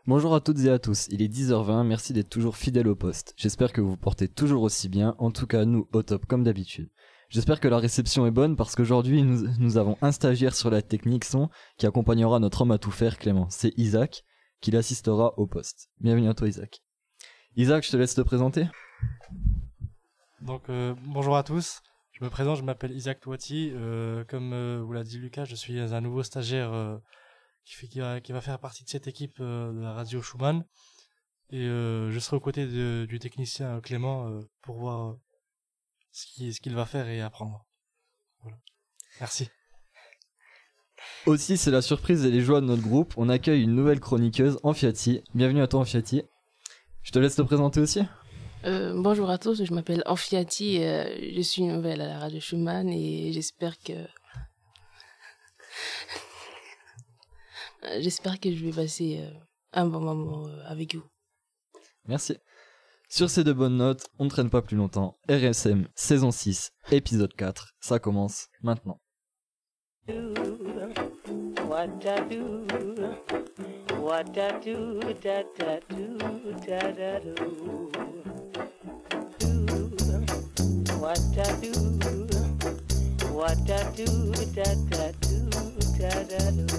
Bonjour à toutes et à tous, il est 10h20, merci d'être toujours fidèles au poste. J'espère que vous vous portez toujours aussi bien, en tout cas nous au top comme d'habitude. J'espère que la réception est bonne parce qu'aujourd'hui nous avons un stagiaire sur la technique son qui accompagnera notre homme à tout faire Clément. C'est Isaac qui l'assistera au poste. Bienvenue à toi Isaac. Isaac, je te laisse te présenter. Donc bonjour à tous, je me présente, je m'appelle Isaac Touati. Comme vous l'a dit Lucas, je suis un nouveau stagiaire qui va faire partie de cette équipe de la radio Schumann. Et je serai aux côtés du technicien Clément pour voir ce qu'il va faire et apprendre. Voilà. Merci. Aussi, c'est la surprise et les joies de notre groupe. On accueille une nouvelle chroniqueuse, Amfiati. Bienvenue à toi, Amfiati. Je te laisse te présenter aussi. Bonjour à tous, je m'appelle Amfiati. Je suis nouvelle à la radio Schumann et j'espère que je vais passer un bon moment avec vous. Merci. Sur ces deux bonnes notes, on ne traîne pas plus longtemps. RSM, saison 6, épisode 4. Ça commence maintenant. What I do, what I do, da da do, da da do. What I do, what I do, da da do, da da do.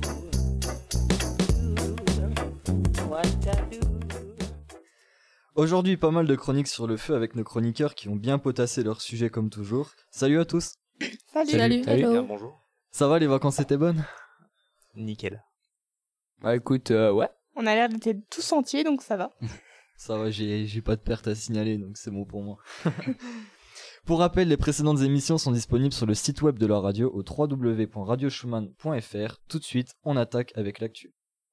What I do. Aujourd'hui, pas mal de chroniques sur le feu avec nos chroniqueurs qui ont bien potassé leur sujet comme toujours. Salut à tous. Salut. Bien, bonjour. Ça va, les vacances étaient bonnes ? Nickel. Bah écoute, ouais. On a l'air d'être tous entiers, donc ça va. Ça va, j'ai pas de perte à signaler, donc c'est bon pour moi. Pour rappel, les précédentes émissions sont disponibles sur le site web de la radio au www.radioschumann.fr. Tout de suite, on attaque avec l'actu.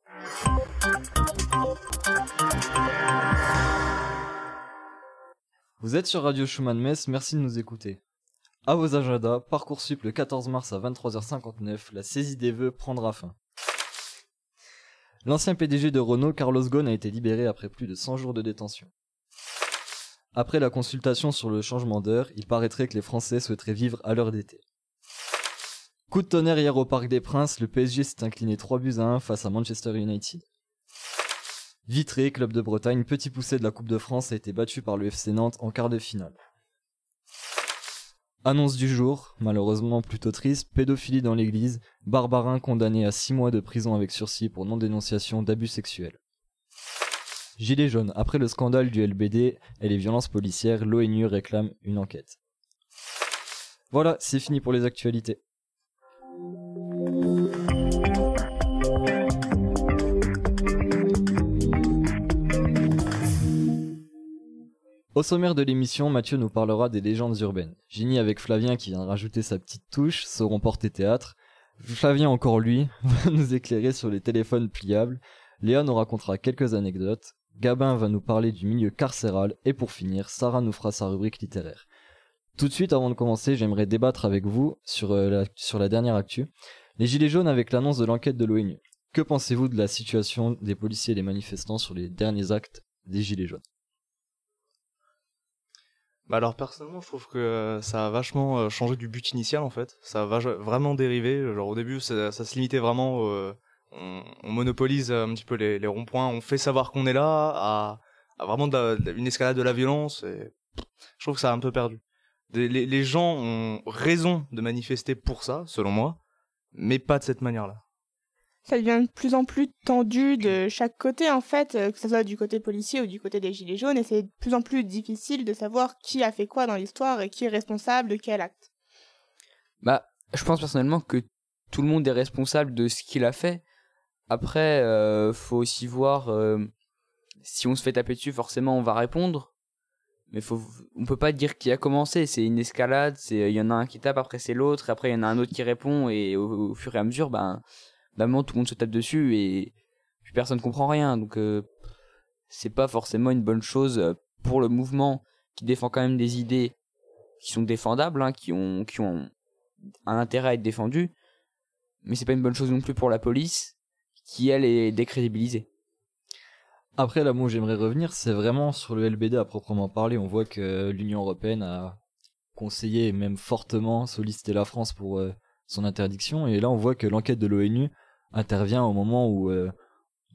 Vous êtes sur Radio Schumann Metz, merci de nous écouter. À vos agendas, Parcoursup le 14 mars à 23h59, la saisie des vœux prendra fin. L'ancien PDG de Renault, Carlos Ghosn, a été libéré après plus de 100 jours de détention. Après la consultation sur le changement d'heure, il paraîtrait que les Français souhaiteraient vivre à l'heure d'été. Coup de tonnerre hier au Parc des Princes, le PSG s'est incliné 3-1 face à Manchester United. Vitré, club de Bretagne, petit poussé de la Coupe de France, a été battu par le FC Nantes en quart de finale. Annonce du jour, malheureusement plutôt triste, pédophilie dans l'église, Barbarin condamné à 6 mois de prison avec sursis pour non-dénonciation d'abus sexuels. Gilets jaunes, après le scandale du LBD et les violences policières, l'ONU réclame une enquête. Voilà, c'est fini pour les actualités. Au sommaire de l'émission, Mathieu nous parlera des légendes urbaines. Ginny avec Flavien qui vient de rajouter sa petite touche seront portés théâtre. Flavien encore lui va nous éclairer sur les téléphones pliables. Léa nous racontera quelques anecdotes. Gabin va nous parler du milieu carcéral. Et pour finir, Sarah nous fera sa rubrique littéraire. Tout de suite, avant de commencer, j'aimerais débattre avec vous sur la dernière actu. Les Gilets jaunes avec l'annonce de l'enquête de l'ONU. Que pensez-vous de la situation des policiers et des manifestants sur les derniers actes des Gilets jaunes ? Bah alors personnellement, je trouve que ça a vachement changé du but initial en fait. Ça a vraiment dérivé. Genre au début, ça se limitait vraiment. On monopolise un petit peu les ronds-points. On fait savoir qu'on est là à vraiment une escalade de la violence. Et je trouve que ça a un peu perdu. Les gens ont raison de manifester pour ça, selon moi, mais pas de cette manière-là. Ça devient de plus en plus tendu de chaque côté, en fait, que ce soit du côté policier ou du côté des Gilets jaunes, et c'est de plus en plus difficile de savoir qui a fait quoi dans l'histoire et qui est responsable de quel acte. Bah, je pense personnellement que tout le monde est responsable de ce qu'il a fait. Après, faut aussi voir si on se fait taper dessus, forcément on va répondre. Mais on peut pas dire qui a commencé, c'est une escalade, il y en a un qui tape, après c'est l'autre, après il y en a un autre qui répond, et au fur et à mesure, moment tout le monde se tape dessus et puis personne comprend rien, donc c'est pas forcément une bonne chose pour le mouvement qui défend quand même des idées qui sont défendables, hein, qui ont un intérêt à être défendues, mais c'est pas une bonne chose non plus pour la police qui elle est décrédibilisée. Après là où j'aimerais revenir, c'est vraiment sur le LBD à proprement parler. On voit que l'Union Européenne a conseillé et même fortement sollicité la France pour son interdiction, et là on voit que l'enquête de l'ONU intervient au moment où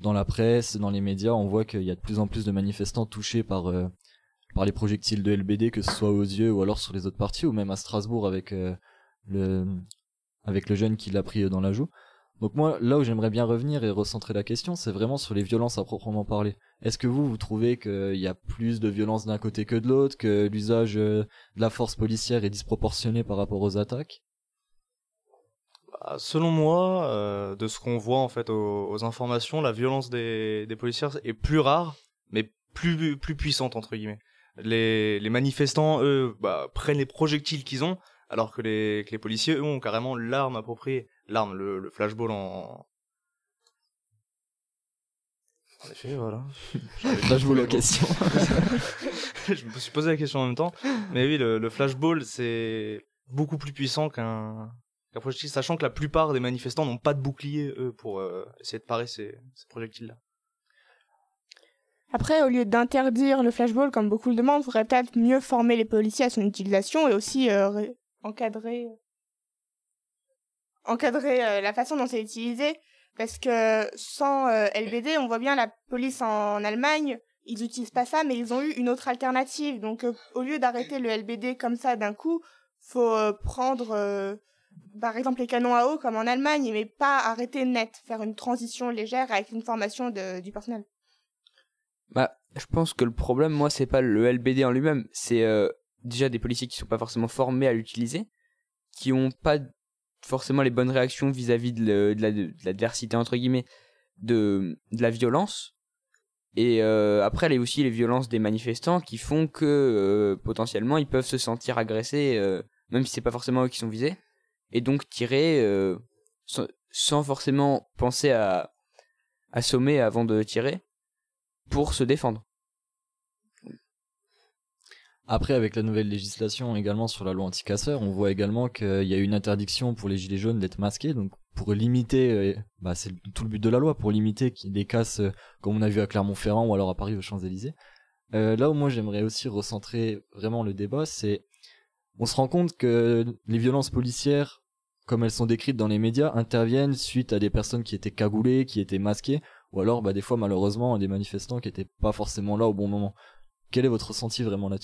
dans la presse, dans les médias, on voit qu'il y a de plus en plus de manifestants touchés par les projectiles de LBD, que ce soit aux yeux ou alors sur les autres parties, ou même à Strasbourg avec le jeune qui l'a pris dans la joue. Donc moi, là où j'aimerais bien revenir et recentrer la question, c'est vraiment sur les violences à proprement parler. Est-ce que vous trouvez qu'il y a plus de violence d'un côté que de l'autre, que l'usage de la force policière est disproportionné par rapport aux attaques ? Selon moi, de ce qu'on voit en fait aux informations, la violence des policiers est plus rare, mais plus puissante entre guillemets. Les manifestants, eux, prennent les projectiles qu'ils ont, alors que les policiers, eux, ont carrément l'arme appropriée. L'arme, le flashball en effet, voilà. Flashball en question. Je me suis posé la question en même temps. Mais oui, le flashball, c'est beaucoup plus puissant qu'un projectile, sachant que la plupart des manifestants n'ont pas de bouclier, eux, pour essayer de parer ces projectiles-là. Après, au lieu d'interdire le flashball, comme beaucoup le demandent, il faudrait peut-être mieux former les policiers à son utilisation et aussi encadrer la façon dont c'est utilisé. Parce que sans LBD, on voit bien la police en Allemagne, ils n'utilisent pas ça, mais ils ont eu une autre alternative. Donc, au lieu d'arrêter le LBD comme ça d'un coup, faut prendre, par exemple, les canons à eau comme en Allemagne, mais pas arrêter net, faire une transition légère avec une formation du personnel. Je pense que le problème, moi, c'est pas le LBD en lui-même, c'est déjà des policiers qui sont pas forcément formés à l'utiliser, qui ont pas forcément les bonnes réactions vis-à-vis de l'adversité, entre guillemets, de la violence. Et après, il y a aussi les violences des manifestants qui font que potentiellement ils peuvent se sentir agressés, même si c'est pas forcément eux qui sont visés, et donc tirer sans forcément penser à assommer avant de tirer pour se défendre. Après, avec la nouvelle législation également sur la loi anti-casseurs, on voit également qu'il y a une interdiction pour les gilets jaunes d'être masqués, donc pour limiter, c'est tout le but de la loi, pour limiter des casses comme on a vu à Clermont-Ferrand ou alors à Paris aux Champs-Élysées. Là où moi j'aimerais aussi recentrer vraiment le débat, c'est on se rend compte que les violences policières, comme elles sont décrites dans les médias, interviennent suite à des personnes qui étaient cagoulées, qui étaient masquées, ou alors des fois malheureusement des manifestants qui étaient pas forcément là au bon moment. Quel est votre ressenti vraiment là-dessus ?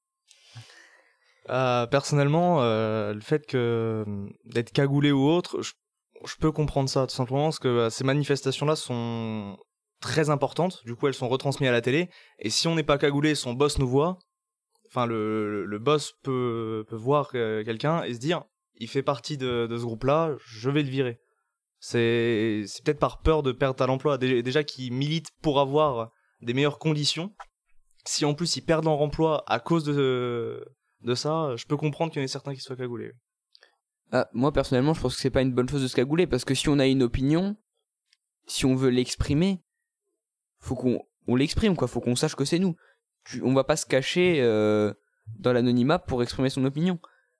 Personnellement, le fait d'être cagoulé ou autre, je peux comprendre ça tout simplement parce que ces manifestations-là sont très importantes. Du coup, elles sont retransmises à la télé. Et si on n'est pas cagoulé, son boss nous voit. Enfin, le boss peut voir quelqu'un et se dire, il fait partie de ce groupe-là, je vais le virer. C'est peut-être par peur de perdre à l'emploi. Déjà qu'ils militent pour avoir des meilleures conditions. Si en plus ils perdent leur emploi à cause de ça, je peux comprendre qu'il y en ait certains qui soient cagoulés. Moi personnellement, je pense que c'est pas une bonne chose de se cagouler, parce que si on a une opinion, si on veut l'exprimer, faut qu'on l'exprime, quoi. Faut qu'on sache que c'est nous. On va pas se cacher dans l'anonymat pour exprimer son opinion.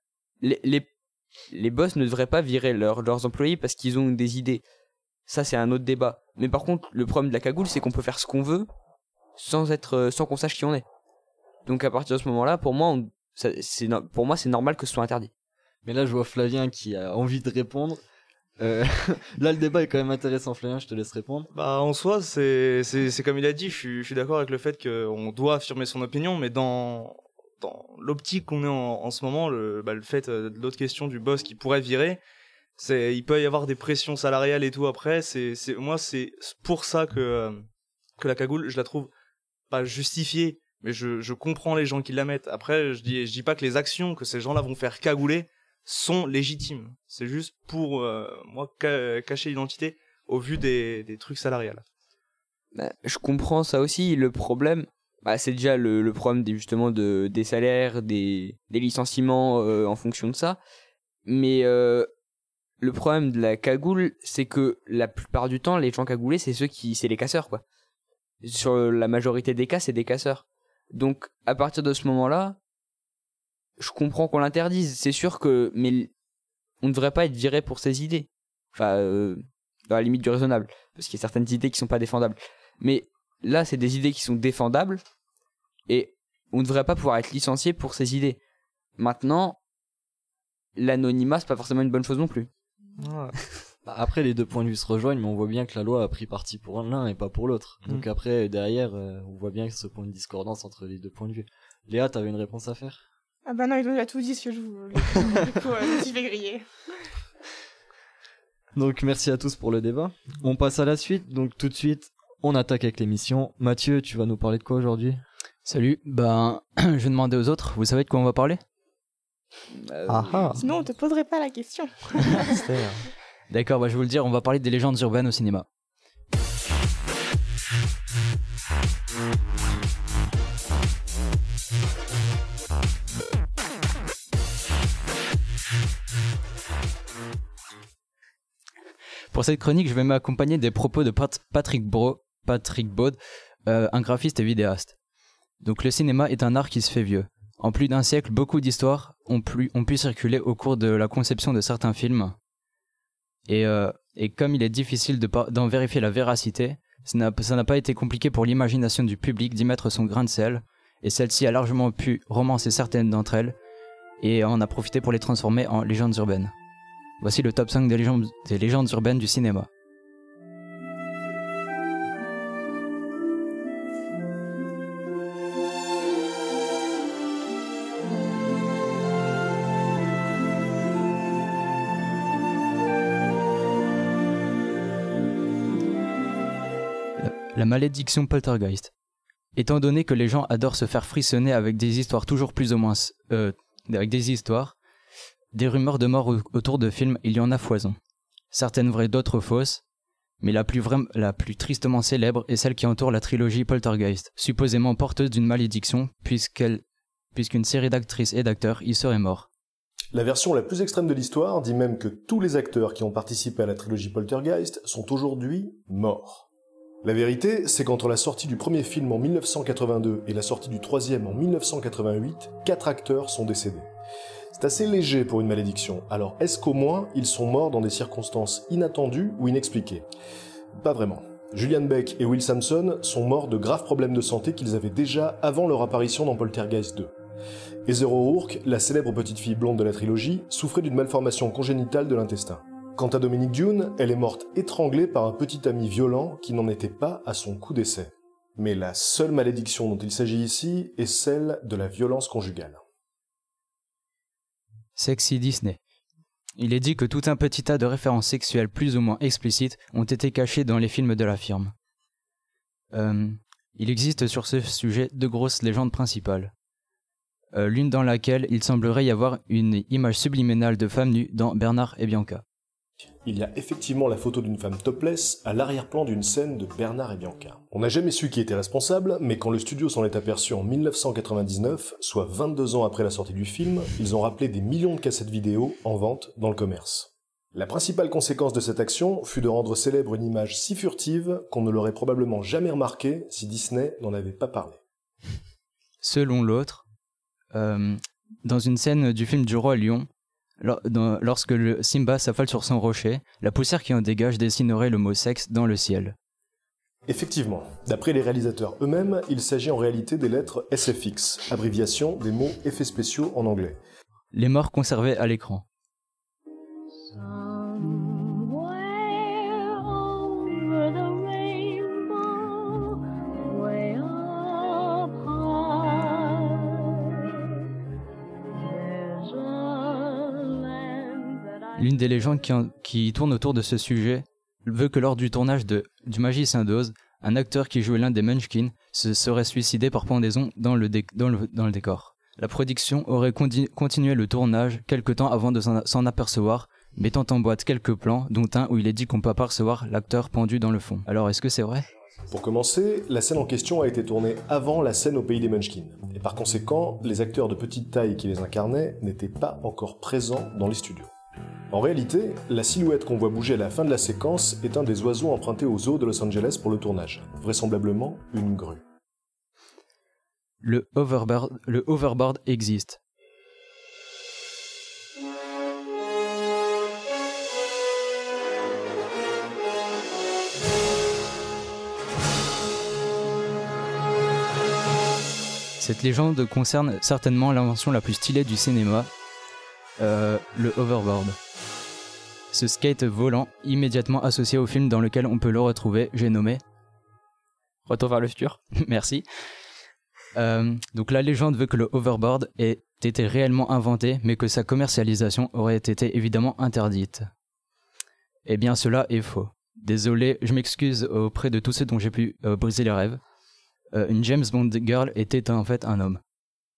Les boss ne devraient pas virer leurs employés parce qu'ils ont des idées. Ça, c'est un autre débat. Mais par contre, le problème de la cagoule, c'est qu'on peut faire ce qu'on veut sans qu'on sache qui on est. Donc à partir de ce moment-là, pour moi, c'est normal que ce soit interdit. Mais là, je vois Flavien qui a envie de répondre. Là, le débat est quand même intéressant, Flavien, je te laisse répondre. En soi, c'est comme il a dit, je suis d'accord avec le fait qu'on doit affirmer son opinion, mais dans l'optique qu'on est en ce moment, le fait de l'autre question du boss qui pourrait virer, il peut y avoir des pressions salariales et tout après. Moi, c'est pour ça que la cagoule, je la trouve pas justifiée, mais je comprends les gens qui la mettent. Après, je dis pas que les actions que ces gens-là vont faire cagouler sont légitimes. C'est juste pour moi cacher l'identité au vu des trucs salariales. Je comprends ça aussi. Le problème, c'est déjà le problème des salaires, des licenciements en fonction de ça. Mais le problème de la cagoule, c'est que la plupart du temps, les gens cagoulés, c'est les casseurs, quoi. Sur la majorité des cas, c'est des casseurs. Donc, à partir de ce moment-là, je comprends qu'on l'interdise. C'est sûr mais on ne devrait pas être viré pour ses idées. Enfin, dans la limite du raisonnable. Parce qu'il y a certaines idées qui sont pas défendables. Mais là, c'est des idées qui sont défendables. Et on ne devrait pas pouvoir être licencié pour ses idées. Maintenant, l'anonymat, c'est pas forcément une bonne chose non plus. Après, les deux points de vue se rejoignent, mais on voit bien que la loi a pris parti pour l'un et pas pour l'autre. Donc après, derrière, on voit bien ce point de discordance entre les deux points de vue. Léa, t'avais une réponse à faire? Ah bah non, il a tout dit ce que je voulais. Du coup, je me suis fait griller. Donc merci à tous pour le débat. On passe à la suite, donc tout de suite, on attaque avec l'émission. Mathieu, tu vas nous parler de quoi aujourd'hui? Salut, je vais demander aux autres, vous savez de quoi on va parler? Sinon, on te poserait pas la question. D'accord, je vais vous le dire, on va parler des légendes urbaines au cinéma. Pour cette chronique, je vais m'accompagner des propos de Patrick Baud, un graphiste et vidéaste. Donc le cinéma est un art qui se fait vieux. En plus d'un siècle, beaucoup d'histoires ont pu circuler au cours de la conception de certains films. Et comme il est difficile d'en vérifier la véracité, ça n'a pas été compliqué pour l'imagination du public d'y mettre son grain de sel, et celle-ci a largement pu romancer certaines d'entre elles, et en a profité pour les transformer en légendes urbaines. Voici le top 5 des légendes urbaines du cinéma. La malédiction Poltergeist. Étant donné que les gens adorent se faire frissonner avec des histoires toujours plus ou moins... des rumeurs de mort autour de films, il y en a foison. Certaines vraies, d'autres fausses, mais la plus tristement célèbre est celle qui entoure la trilogie Poltergeist, supposément porteuse d'une malédiction, puisqu'une série d'actrices et d'acteurs y seraient morts. La version la plus extrême de l'histoire dit même que tous les acteurs qui ont participé à la trilogie Poltergeist sont aujourd'hui morts. La vérité, c'est qu'entre la sortie du premier film en 1982 et la sortie du troisième en 1988, 4 acteurs sont décédés. C'est assez léger pour une malédiction, alors est-ce qu'au moins ils sont morts dans des circonstances inattendues ou inexpliquées? Pas vraiment. Julian Beck et Will Sampson sont morts de graves problèmes de santé qu'ils avaient déjà avant leur apparition dans Poltergeist 2. Heather O'Rourke, la célèbre petite fille blonde de la trilogie, souffrait d'une malformation congénitale de l'intestin. Quant à Dominique Dune, elle est morte étranglée par un petit ami violent qui n'en était pas à son coup d'essai. Mais la seule malédiction dont il s'agit ici est celle de la violence conjugale. Sexy Disney. Il est dit que tout un petit tas de références sexuelles plus ou moins explicites ont été cachées dans les films de la firme. Il existe sur ce sujet 2 grosses légendes principales. L'une dans laquelle il semblerait y avoir une image subliminale de femme nue dans Bernard et Bianca. Il y a effectivement la photo d'une femme topless à l'arrière-plan d'une scène de Bernard et Bianca. On n'a jamais su qui était responsable, mais quand le studio s'en est aperçu en 1999, soit 22 ans après la sortie du film, ils ont rappelé des millions de cassettes vidéo en vente dans le commerce. La principale conséquence de cette action fut de rendre célèbre une image si furtive qu'on ne l'aurait probablement jamais remarquée si Disney n'en avait pas parlé. Selon l'autre, dans une scène du film du Roi Lion, lorsque le Simba s'affale sur son rocher, la poussière qui en dégage dessinerait le mot sexe dans le ciel. Effectivement, d'après les réalisateurs eux-mêmes, il s'agit en réalité des lettres SFX, abréviation des mots effets spéciaux en anglais. Les morts conservés à l'écran. L'une des légendes qui tourne autour de ce sujet veut que lors du tournage du Magicien d'Oz, un acteur qui jouait l'un des Munchkins se serait suicidé par pendaison dans le décor. La production aurait continué le tournage quelque temps avant de s'en apercevoir, mettant en boîte quelques plans, dont un où il est dit qu'on peut apercevoir l'acteur pendu dans le fond. Alors est-ce que c'est vrai ? Pour commencer, la scène en question a été tournée avant la scène au pays des Munchkins. Et par conséquent, les acteurs de petite taille qui les incarnaient n'étaient pas encore présents dans les studios. En réalité, la silhouette qu'on voit bouger à la fin de la séquence est un des oiseaux empruntés aux zoos de Los Angeles pour le tournage, vraisemblablement une grue. Le hoverboard existe. Cette légende concerne certainement l'invention la plus stylée du cinéma, le hoverboard. ce skate volant immédiatement associé au film dans lequel on peut le retrouver, j'ai nommé Retour vers le futur. Merci. Donc la légende veut que le hoverboard ait été réellement inventé, mais que sa commercialisation aurait été évidemment interdite. Eh bien cela est faux. Désolé, je m'excuse auprès de tous ceux dont j'ai pu briser les rêves. Une James Bond girl était en fait un homme.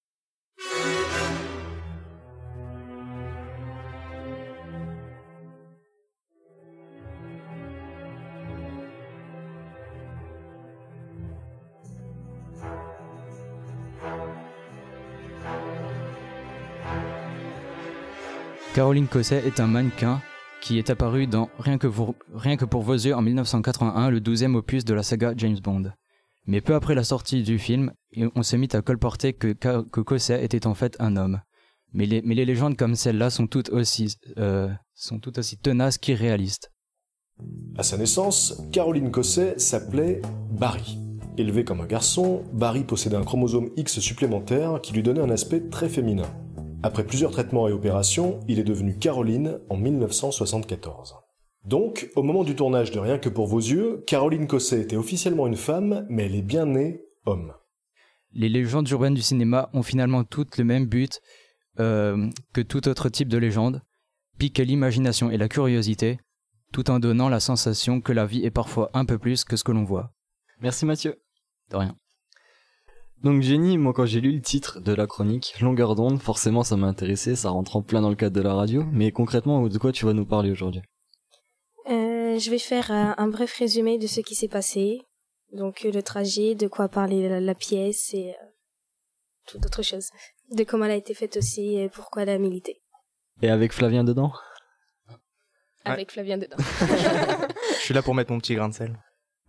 Caroline Cosset est un mannequin qui est apparu dans Rien que pour vos yeux en 1981, le 12e opus de la saga James Bond. Mais peu après la sortie du film, on se mit à colporter que Cosset était en fait un homme. Mais les légendes comme celle-là sont toutes aussi tenaces qu'irréalistes. À sa naissance, Caroline Cosset s'appelait Barry. Élevé comme un garçon, Barry possédait un chromosome X supplémentaire qui lui donnait un aspect très féminin. Après plusieurs traitements et opérations, il est devenu Caroline en 1974. Donc, au moment du tournage de Rien que pour vos yeux, Caroline Cosset était officiellement une femme, mais elle est bien née homme. Les légendes urbaines du cinéma ont finalement toutes le même but que tout autre type de légende, piquer l'imagination et la curiosité, tout en donnant la sensation que la vie est parfois un peu plus que ce que l'on voit. Merci Mathieu. De rien. Donc Jenny, moi quand j'ai lu le titre de la chronique, Longueur d'onde, forcément ça m'a intéressé, ça rentre en plein dans le cadre de la radio, mais concrètement de quoi tu vas nous parler aujourd'hui? Je vais faire un bref résumé de ce qui s'est passé, donc le trajet, de quoi parler la pièce et toute autre chose, de comment elle a été faite aussi et pourquoi elle a milité. Et avec Flavien dedans? Avec Flavien dedans. Je suis là pour mettre mon petit grain de sel.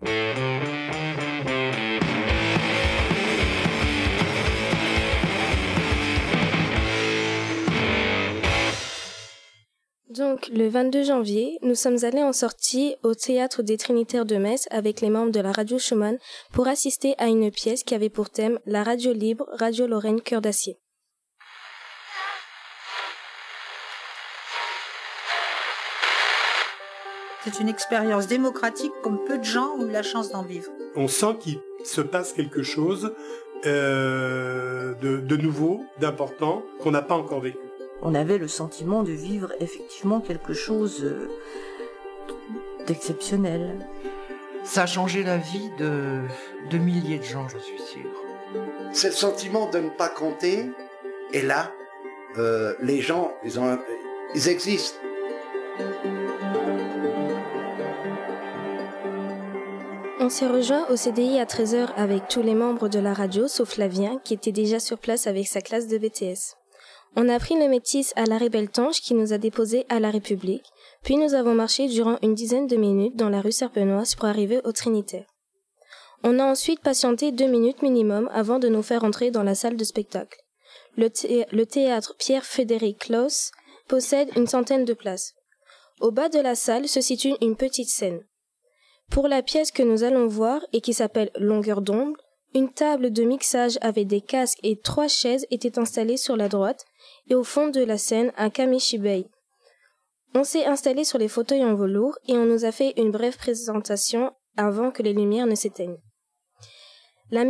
Donc, le 22 janvier, nous sommes allés en sortie au Théâtre des Trinitaires de Metz avec les membres de la radio Schumann pour assister à une pièce qui avait pour thème la radio libre, Radio Lorraine Cœur d'Acier. C'est une expérience démocratique comme peu de gens ont eu la chance d'en vivre. On sent qu'il se passe quelque chose de nouveau, d'important, qu'on n'a pas encore vécu. On avait le sentiment de vivre effectivement quelque chose d'exceptionnel. Ça a changé la vie de milliers de gens, je suis sûr. C'est le sentiment de ne pas compter, et là, les gens, ils existent. On s'est rejoint au CDI à 13h avec tous les membres de la radio, sauf Flavien, qui était déjà sur place avec sa classe de BTS. On a pris le métis à l'arrêt Beltange qui nous a déposés à la République, puis nous avons marché durant une dizaine de minutes dans la rue Serpenoise pour arriver au Trinitaire. On a ensuite patienté 2 minutes minimum avant de nous faire entrer dans la salle de spectacle. Le théâtre Pierre-Frédéric Claus possède une centaine de places. Au bas de la salle se situe une petite scène. Pour la pièce que nous allons voir et qui s'appelle Longueur d'onde, une table de mixage avec des casques et 3 chaises était installée sur la droite et au fond de la scène un kamishibai. On s'est installé sur les fauteuils en velours et on nous a fait une brève présentation avant que les lumières ne s'éteignent. La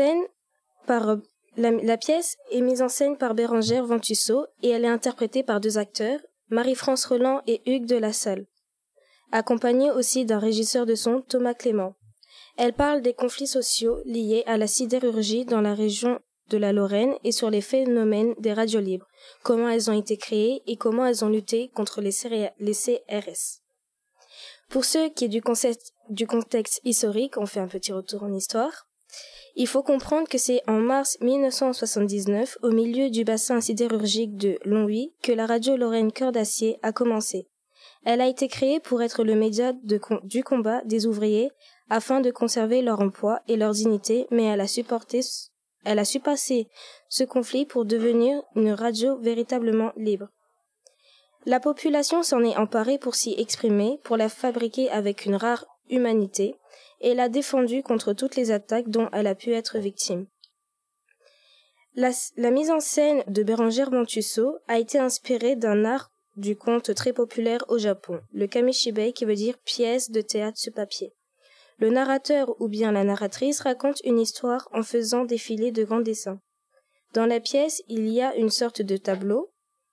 pièce est mise en scène par Bérengère Ventusseau et elle est interprétée par 2 acteurs, Marie-France Roland et Hugues de la Salle, accompagnée aussi d'un régisseur de son, Thomas Clément. Elle parle des conflits sociaux liés à la sidérurgie dans la région de la Lorraine et sur les phénomènes des radios libres, comment elles ont été créées et comment elles ont lutté contre les CRS. Pour ce qui est du contexte historique, on fait un petit retour en histoire. Il faut comprendre que c'est en mars 1979, au milieu du bassin sidérurgique de Longwy, que la radio Lorraine Cœur d'Acier a commencé. Elle a été créée pour être le média du combat des ouvriers afin de conserver leur emploi et leur dignité, mais elle a su passer ce conflit pour devenir une radio véritablement libre. La population s'en est emparée pour s'y exprimer, pour la fabriquer avec une rare humanité, et l'a défendue contre toutes les attaques dont elle a pu être victime. La mise en scène de Bérengère Ventusseau a été inspirée d'un art du conte très populaire au Japon, le kamishibai qui veut dire pièce de théâtre sur papier. Le narrateur ou bien la narratrice raconte une histoire en faisant défiler de grands dessins. Dans la pièce, il y a une sorte de tableau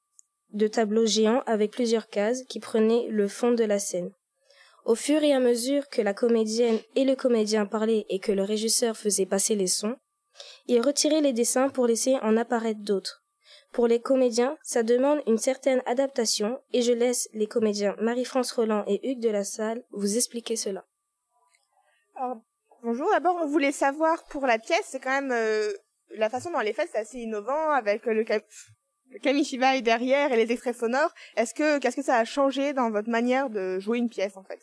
géant avec plusieurs cases qui prenaient le fond de la scène. Au fur et à mesure que la comédienne et le comédien parlaient et que le régisseur faisait passer les sons, il retirait les dessins pour laisser en apparaître d'autres. Pour les comédiens, ça demande une certaine adaptation et je laisse les comédiens Marie-France Roland et Hugues de la Salle vous expliquer cela. Alors, bonjour, d'abord on voulait savoir pour la pièce, c'est quand même la façon dont elle est faite, c'est assez innovant avec le kamishibai derrière et les extraits sonores. Qu'est-ce que ça a changé dans votre manière de jouer une pièce en fait?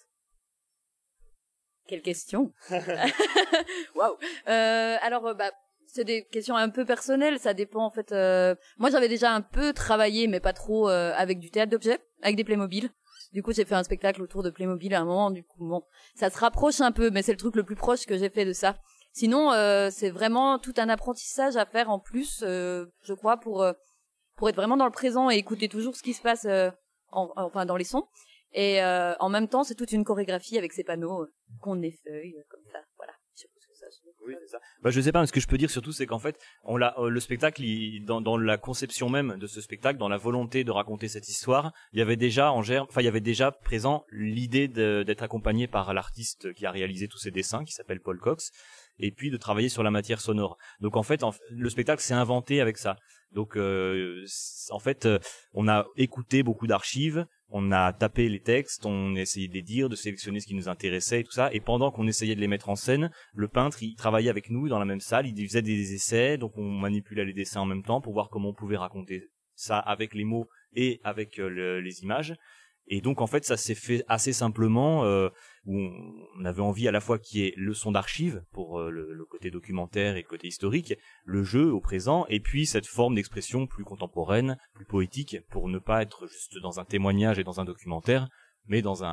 Quelle question. Waouh. Alors c'est des questions un peu personnelles, ça dépend en fait. Moi j'avais déjà un peu travaillé mais pas trop avec du théâtre d'objets, avec des Playmobil. Du coup j'ai fait un spectacle autour de Playmobil à un moment, du coup bon, ça se rapproche un peu mais c'est le truc le plus proche que j'ai fait de ça. Sinon c'est vraiment tout un apprentissage à faire en plus je crois pour être vraiment dans le présent et écouter toujours ce qui se passe enfin dans les sons. Et en même temps, c'est toute une chorégraphie avec ces panneaux qu'on effeuille comme ça. Voilà. Je sais pas ce que ça. Oui, c'est ça. Je sais pas, mais ce que je peux dire surtout, c'est qu'en fait, le spectacle, dans la conception même de ce spectacle, dans la volonté de raconter cette histoire, il y avait déjà présent l'idée d'être accompagné par l'artiste qui a réalisé tous ces dessins, qui s'appelle Paul Cox, et puis de travailler sur la matière sonore. Donc en fait, le spectacle s'est inventé avec ça. Donc en fait, on a écouté beaucoup d'archives, on a tapé les textes, on a essayé de les dire, de sélectionner ce qui nous intéressait et tout ça. Et pendant qu'on essayait de les mettre en scène, le peintre, il travaillait avec nous dans la même salle, il faisait des essais, donc on manipulait les dessins en même temps pour voir comment on pouvait raconter ça avec les mots et avec les images. Et donc en fait ça s'est fait assez simplement où on avait envie à la fois qu'il y ait le son d'archives pour le côté documentaire et le côté historique, le jeu au présent et puis cette forme d'expression plus contemporaine, plus poétique pour ne pas être juste dans un témoignage et dans un documentaire mais dans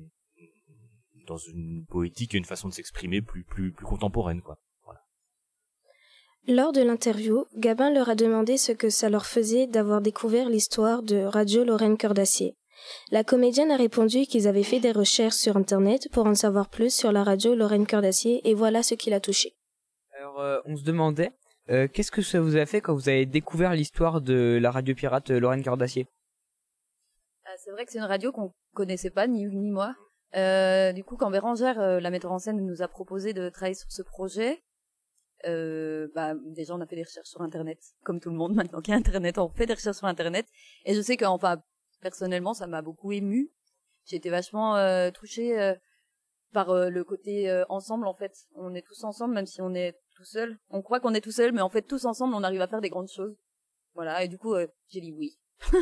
une poétique et une façon de s'exprimer plus contemporaine quoi. Voilà. Lors de l'interview, Gabin leur a demandé ce que ça leur faisait d'avoir découvert l'histoire de Radio Lorraine Cœur d'Acier. La comédienne a répondu qu'ils avaient fait des recherches sur Internet pour en savoir plus sur la radio Lorraine Cœur d'Acier et voilà ce qui l'a touché. Alors, on se demandait, qu'est-ce que ça vous a fait quand vous avez découvert l'histoire de la radio pirate Lorraine Cœur d'Acier? C'est vrai que c'est une radio qu'on connaissait pas, ni Hugues ni moi. Du coup, quand Bérangère, la metteur en scène, nous a proposé de travailler sur ce projet, déjà on a fait des recherches sur Internet, comme tout le monde maintenant qu'il y a Internet, on fait des recherches sur Internet. Et je sais que, personnellement, ça m'a beaucoup émue. J'ai été vachement touchée par le côté ensemble, en fait. On est tous ensemble, même si on est tout seul. On croit qu'on est tout seul, mais en fait, tous ensemble, on arrive à faire des grandes choses. Voilà, et du coup, j'ai dit oui.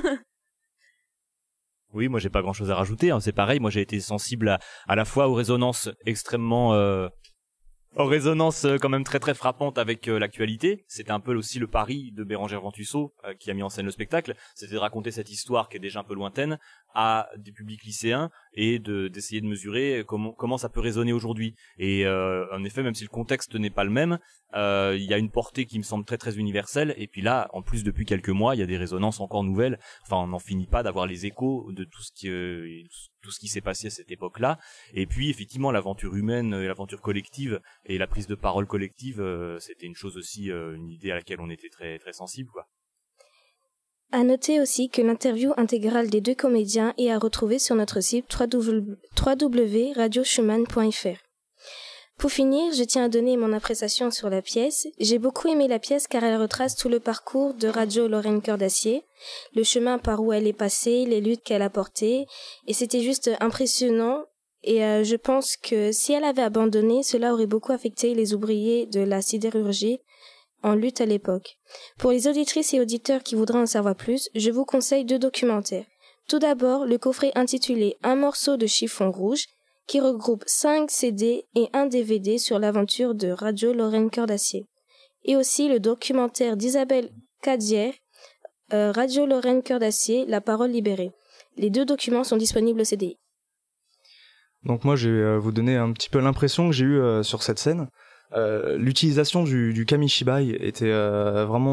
Oui, moi j'ai pas grand chose à rajouter, hein. C'est pareil, moi j'ai été sensible à la fois aux résonances extrêmement... en résonance quand même très très frappante avec l'actualité. C'était un peu aussi le pari de Bérangère Ventusseau qui a mis en scène le spectacle, c'était de raconter cette histoire qui est déjà un peu lointaine à des publics lycéens et d'essayer de mesurer comment ça peut résonner aujourd'hui. Et en effet, même si le contexte n'est pas le même, il y a une portée qui me semble très très universelle. Et puis là, en plus depuis quelques mois, il y a des résonances encore nouvelles. Enfin, on n'en finit pas d'avoir les échos de tout ce qui s'est passé à cette époque-là. Et puis effectivement, l'aventure humaine, l'aventure collective et la prise de parole collective, c'était une chose aussi, une idée à laquelle on était très très sensible, quoi. À noter aussi que l'interview intégrale des deux comédiens est à retrouver sur notre site www.radioschumann.fr. Pour finir, je tiens à donner mon appréciation sur la pièce. J'ai beaucoup aimé la pièce car elle retrace tout le parcours de Radio Lorraine Cœur d'Acier, le chemin par où elle est passée, les luttes qu'elle a portées, et c'était juste impressionnant. Et je pense que si elle avait abandonné, cela aurait beaucoup affecté les ouvriers de la sidérurgie en lutte à l'époque. Pour les auditrices et auditeurs qui voudraient en savoir plus, je vous conseille 2 documentaires. Tout d'abord, le coffret intitulé Un morceau de chiffon rouge, qui regroupe 5 CD et 1 DVD sur l'aventure de Radio Lorraine Cœur d'Acier. Et aussi le documentaire d'Isabelle Cadière, Radio Lorraine Cœur d'Acier, La parole libérée. Les 2 documents sont disponibles au CDI. Donc moi, je vais vous donner un petit peu l'impression que j'ai eue sur cette scène. L'utilisation du kamishibai était vraiment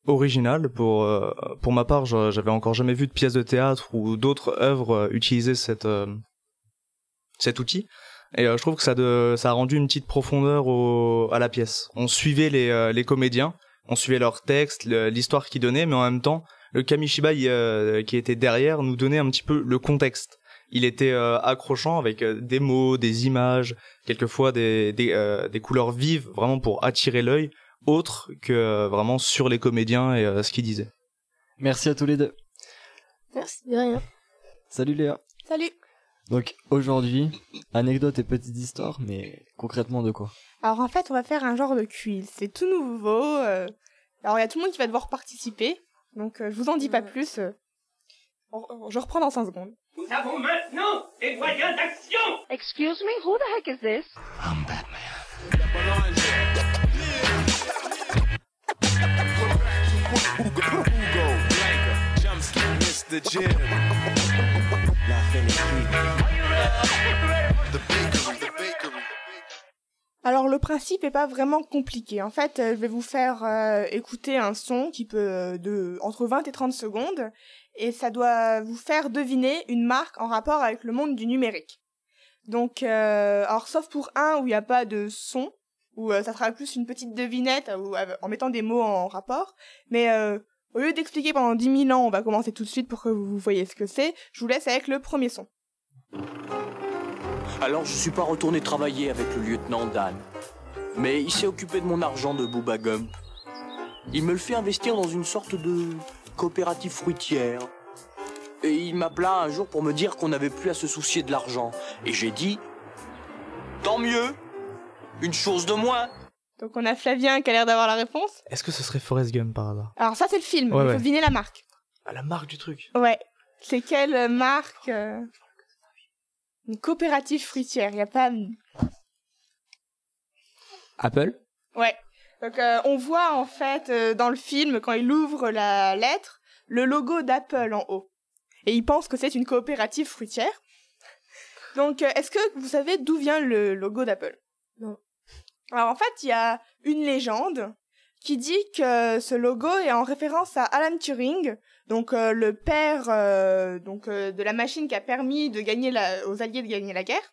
original. Pour ma part, j'avais encore jamais vu de pièce de théâtre ou d'autres œuvres utiliser cet outil. Et je trouve que ça a rendu une petite profondeur à la pièce. On suivait les comédiens, on suivait leurs textes, l'histoire qu'ils donnaient, mais en même temps, le Kamishiba qui était derrière nous donnait un petit peu le contexte. Il était accrochant avec des mots, des images, quelquefois des couleurs vives, vraiment pour attirer l'œil, autre que vraiment sur les comédiens et ce qu'ils disaient. Merci à tous les deux. Merci, de rien. Salut Léa. Salut. Donc aujourd'hui, anecdote et petite histoire, mais concrètement de quoi? Alors en fait, on va faire un genre de quiz. C'est tout nouveau. Alors il y a tout le monde qui va devoir participer. Donc je vous en dis pas plus. Je reprends dans 5 secondes. Nous avons maintenant des moyens d'action. Excuse me, who the heck is this? I'm Batman. Alors le principe est pas vraiment compliqué. En fait, je vais vous faire écouter un son qui peut entre 20 et 30 secondes et ça doit vous faire deviner une marque en rapport avec le monde du numérique. Donc alors sauf pour un où il n'y a pas de son, où ça sera plus une petite devinette en mettant des mots en rapport, mais au lieu d'expliquer pendant 10 000 ans, on va commencer tout de suite pour que vous voyez ce que c'est. Je vous laisse avec le premier son. Alors je suis pas retourné travailler avec le lieutenant Dan. Mais il s'est occupé de mon argent de Booba Gump. Il me le fait investir dans une sorte de coopérative fruitière. Et il m'appela un jour pour me dire qu'on n'avait plus à se soucier de l'argent. Et j'ai dit, tant mieux, une chose de moins. Donc on a Flavien qui a l'air d'avoir la réponse. Est-ce que ce serait Forrest Gump par hasard? Alors ça c'est le film, ouais, il faut deviner la marque. Ah, la marque du truc. Ouais. C'est quelle marque Une coopérative fruitière, il n'y a pas... Apple? Ouais. Donc on voit en fait dans le film, quand il ouvre la lettre, le logo d'Apple en haut. Et il pense que c'est une coopérative fruitière. Donc est-ce que vous savez d'où vient le logo d'Apple? Non. Alors en fait, il y a une légende qui dit que ce logo est en référence à Alan Turing, donc le père de la machine qui a permis de gagner aux Alliés de gagner la guerre.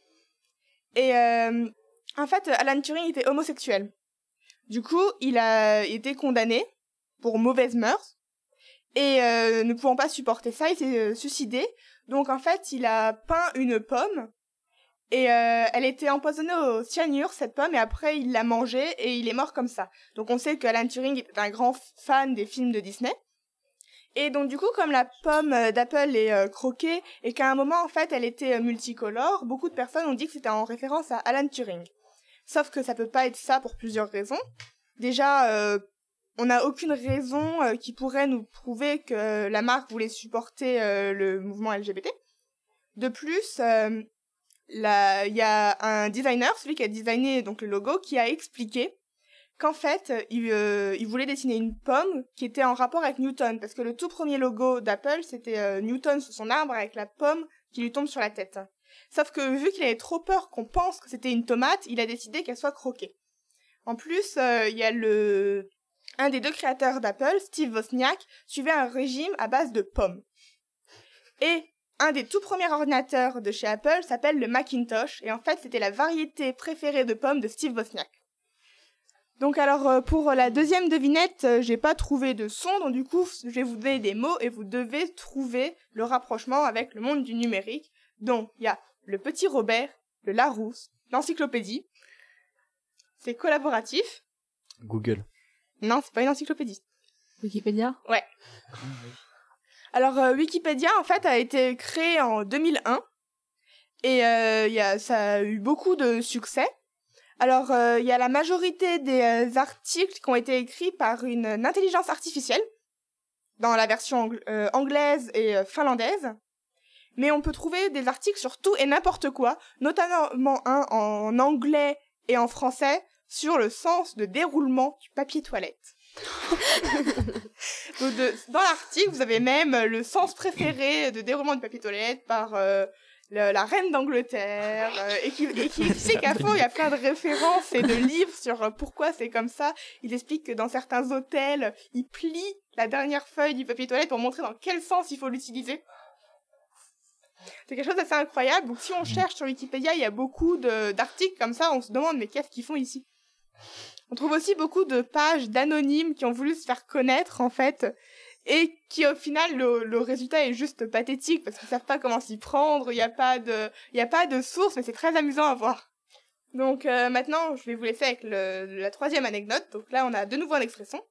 Et en fait, Alan Turing était homosexuel. Du coup, il a été condamné pour mauvaises mœurs et ne pouvant pas supporter ça, il s'est suicidé. Donc en fait, il a peint une pomme. Et elle était empoisonnée au cyanure, cette pomme, et après il l'a mangée et il est mort comme ça. Donc on sait qu'Alan Turing était un grand fan des films de Disney. Et donc du coup, comme la pomme d'Apple est croquée et qu'à un moment en fait elle était multicolore, beaucoup de personnes ont dit que c'était en référence à Alan Turing. Sauf que ça peut pas être ça pour plusieurs raisons. Déjà, on n'a aucune raison qui pourrait nous prouver que la marque voulait supporter le mouvement LGBT. De plus... il y a un designer, celui qui a designé donc le logo, qui a expliqué qu'en fait, il voulait dessiner une pomme qui était en rapport avec Newton, parce que le tout premier logo d'Apple, c'était Newton sous son arbre avec la pomme qui lui tombe sur la tête. Sauf que vu qu'il avait trop peur qu'on pense que c'était une tomate, il a décidé qu'elle soit croquée. En plus, il y a un des 2 créateurs d'Apple, Steve Wozniak, suivait un régime à base de pommes. Et un des tout premiers ordinateurs de chez Apple s'appelle le Macintosh, et en fait, c'était la variété préférée de pommes de Steve Wozniak. Donc alors, pour la deuxième devinette, j'ai pas trouvé de son, donc du coup, je vais vous donner des mots, et vous devez trouver le rapprochement avec le monde du numérique. Donc, il y a le petit Robert, le Larousse, l'encyclopédie. C'est collaboratif. Google. Non, c'est pas une encyclopédie. Wikipédia? Ouais. Alors, Wikipédia, en fait, a été créé en 2001 et ça a eu beaucoup de succès. Alors, il y a la majorité des articles qui ont été écrits par une intelligence artificielle dans la version anglaise et finlandaise. Mais on peut trouver des articles sur tout et n'importe quoi, notamment un en anglais et en français sur le sens de déroulement du papier toilette. Dans l'article, vous avez même le sens préféré de déroulement du papier toilette par la reine d'Angleterre, et qui sait qu'à fond, il y a plein de références et de livres sur pourquoi c'est comme ça. Il explique que dans certains hôtels, il plie la dernière feuille du papier toilette pour montrer dans quel sens il faut l'utiliser. C'est quelque chose d'assez incroyable. Donc si on cherche sur Wikipédia, il y a beaucoup d'articles comme ça, on se demande mais qu'est-ce qu'ils font ici? On trouve aussi beaucoup de pages d'anonymes qui ont voulu se faire connaître en fait, et qui au final le résultat est juste pathétique parce qu'ils savent pas comment s'y prendre, il y a pas de source, mais c'est très amusant à voir. Donc maintenant, je vais vous laisser avec la troisième anecdote. Donc là, on a de nouveau un extrait son.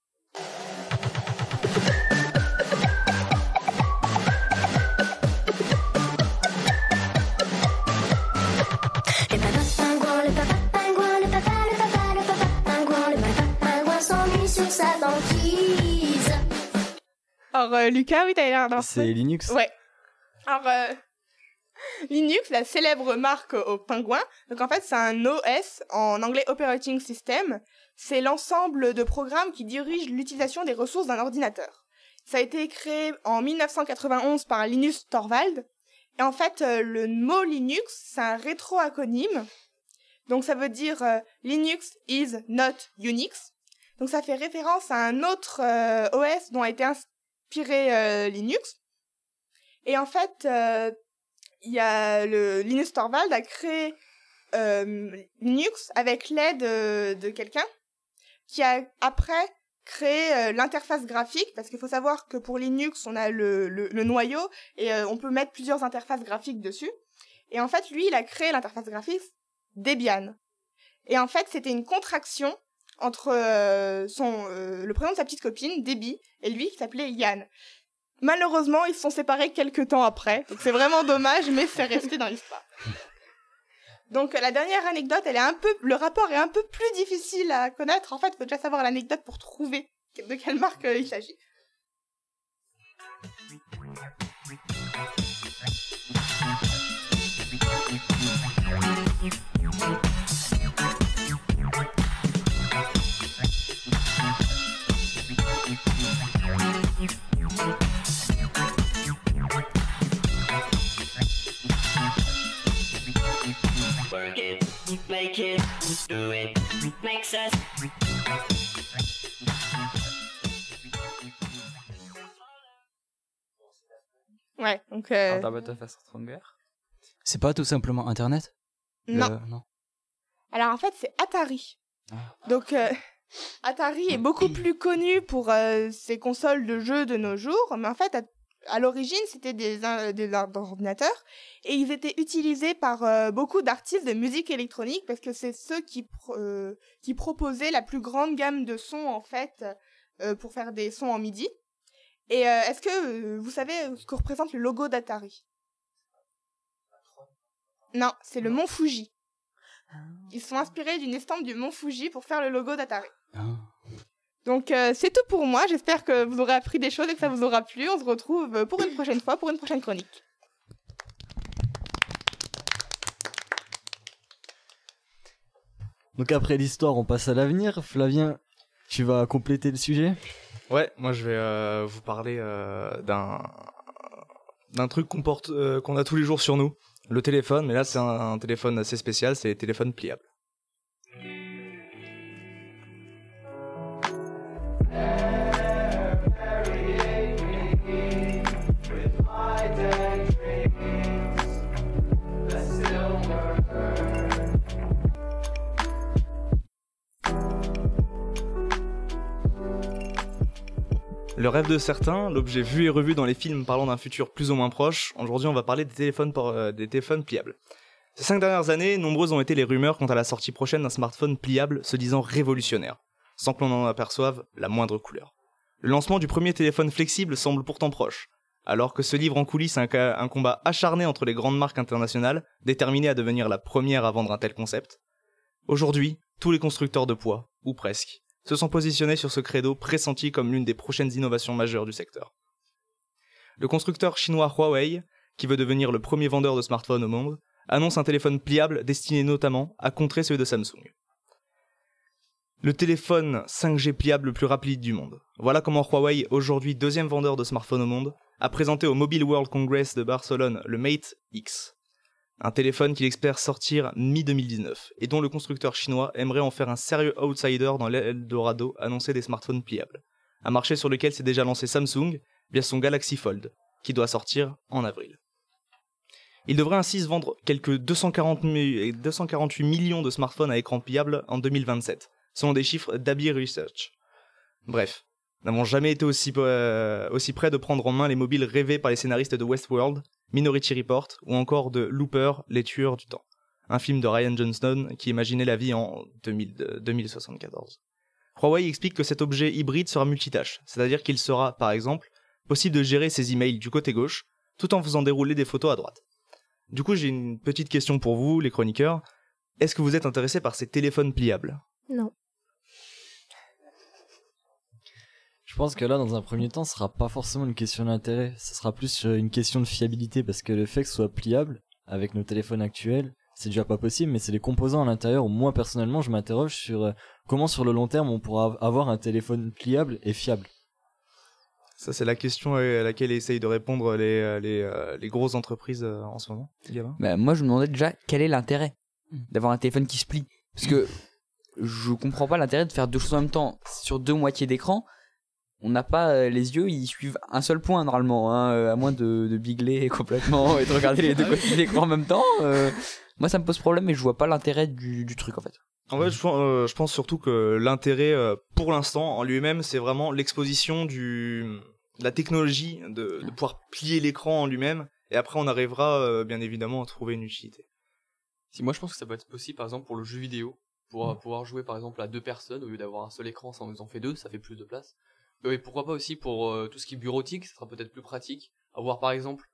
Alors Lucas, oui, t'as l'air d'un... C'est Linux. Ouais. Alors Linux, la célèbre marque aux pingouins. Donc en fait, c'est un OS, en anglais Operating System. C'est l'ensemble de programmes qui dirigent l'utilisation des ressources d'un ordinateur. Ça a été créé en 1991 par Linus Torvald. Et en fait, le mot Linux, c'est un rétroacronyme. Donc ça veut dire Linux is not Unix. Donc ça fait référence à un autre OS dont a été inspiré Linux. Et en fait, il y a Linus Torvald a créé Linux avec l'aide de quelqu'un qui a après créé l'interface graphique, parce qu'il faut savoir que pour Linux, on a le noyau et on peut mettre plusieurs interfaces graphiques dessus. Et en fait, lui, il a créé l'interface graphique Debian. Et en fait, c'était une contraction entre le prénom de sa petite copine, Debbie, et lui qui s'appelait Yann. Malheureusement, ils se sont séparés quelques temps après, donc c'est vraiment dommage, mais c'est resté dans l'histoire. Donc la dernière anecdote, le rapport est un peu plus difficile à connaître. En fait, il faut déjà savoir l'anecdote pour trouver de quelle marque il s'agit. Work it, make it, do it, makes us. Ouais, donc. C'est pas tout simplement Internet? Non. Non. Alors en fait, c'est Atari. Donc Atari est beaucoup plus connu pour ses consoles de jeux de nos jours, mais en fait, à l'origine, c'était des ordinateurs et ils étaient utilisés par beaucoup d'artistes de musique électronique parce que c'est ceux qui proposaient la plus grande gamme de sons en fait pour faire des sons en MIDI. Et est-ce que vous savez ce que représente le logo d'Atari? Non, c'est le Mont Fuji. Ils sont inspirés d'une estampe du Mont Fuji pour faire le logo d'Atari. Donc c'est tout pour moi, j'espère que vous aurez appris des choses et que ça vous aura plu. On se retrouve pour une prochaine fois, pour une prochaine chronique. Donc après l'histoire, on passe à l'avenir. Flavien, tu vas compléter le sujet? Ouais, moi je vais vous parler d'un truc qu'on a tous les jours sur nous, le téléphone, mais là c'est un téléphone assez spécial, c'est les téléphones pliables. Le rêve de certains, l'objet vu et revu dans les films parlant d'un futur plus ou moins proche, aujourd'hui on va parler des téléphones pliables. Ces 5 dernières années, nombreuses ont été les rumeurs quant à la sortie prochaine d'un smartphone pliable se disant révolutionnaire, sans que l'on en aperçoive la moindre couleur. Le lancement du premier téléphone flexible semble pourtant proche, alors que se livre en coulisses un combat acharné entre les grandes marques internationales, déterminées à devenir la première à vendre un tel concept. Aujourd'hui, tous les constructeurs de poids, ou presque, se sont positionnés sur ce credo pressenti comme l'une des prochaines innovations majeures du secteur. Le constructeur chinois Huawei, qui veut devenir le premier vendeur de smartphones au monde, annonce un téléphone pliable destiné notamment à contrer celui de Samsung. Le téléphone 5G pliable le plus rapide du monde. Voilà comment Huawei, aujourd'hui deuxième vendeur de smartphones au monde, a présenté au Mobile World Congress de Barcelone le Mate X, un téléphone qu'il espère sortir mi-2019 et dont le constructeur chinois aimerait en faire un sérieux outsider dans l'Eldorado annoncé des smartphones pliables, un marché sur lequel s'est déjà lancé Samsung via son Galaxy Fold, qui doit sortir en avril. Il devrait ainsi se vendre quelques 248 millions de smartphones à écran pliable en 2027, selon des chiffres d'Abi Research. Bref, nous n'avons jamais été aussi près de prendre en main les mobiles rêvés par les scénaristes de Westworld, Minority Report ou encore de Looper, les tueurs du temps, un film de Ryan Johnston qui imaginait la vie en 2074. Huawei explique que cet objet hybride sera multitâche, c'est-à-dire qu'il sera, par exemple, possible de gérer ses emails du côté gauche, tout en faisant dérouler des photos à droite. Du coup, j'ai une petite question pour vous, les chroniqueurs. Est-ce que vous êtes intéressés par ces téléphones pliables ? Non. Je pense que là, dans un premier temps, ce sera pas forcément une question d'intérêt. Ce sera plus une question de fiabilité, parce que le fait que ce soit pliable, avec nos téléphones actuels, c'est déjà pas possible, mais c'est les composants à l'intérieur où moi, personnellement, je m'interroge sur comment, sur le long terme, on pourra avoir un téléphone pliable et fiable. Ça, c'est la question à laquelle essayent de répondre les grosses entreprises en ce moment. Bah, moi, je me demandais déjà quel est l'intérêt d'avoir un téléphone qui se plie. Parce que je comprends pas l'intérêt de faire deux choses en même temps. Sur deux moitiés d'écran, on n'a pas les yeux, ils suivent un seul point normalement, hein, à moins de bigler complètement et de regarder les deux côtés de l'écran en même temps. Moi, ça me pose problème et je vois pas l'intérêt du truc en fait. En fait, je pense surtout que l'intérêt, pour l'instant, en lui-même, c'est vraiment l'exposition de la technologie, de pouvoir plier l'écran en lui-même, et après on arrivera bien évidemment à trouver une utilité. Si moi je pense que ça peut être possible par exemple pour le jeu vidéo, pour pouvoir jouer par exemple à deux personnes, au lieu d'avoir un seul écran, ça en fait deux, ça fait plus de place. Et pourquoi pas aussi pour tout ce qui est bureautique, ça sera peut-être plus pratique, avoir par exemple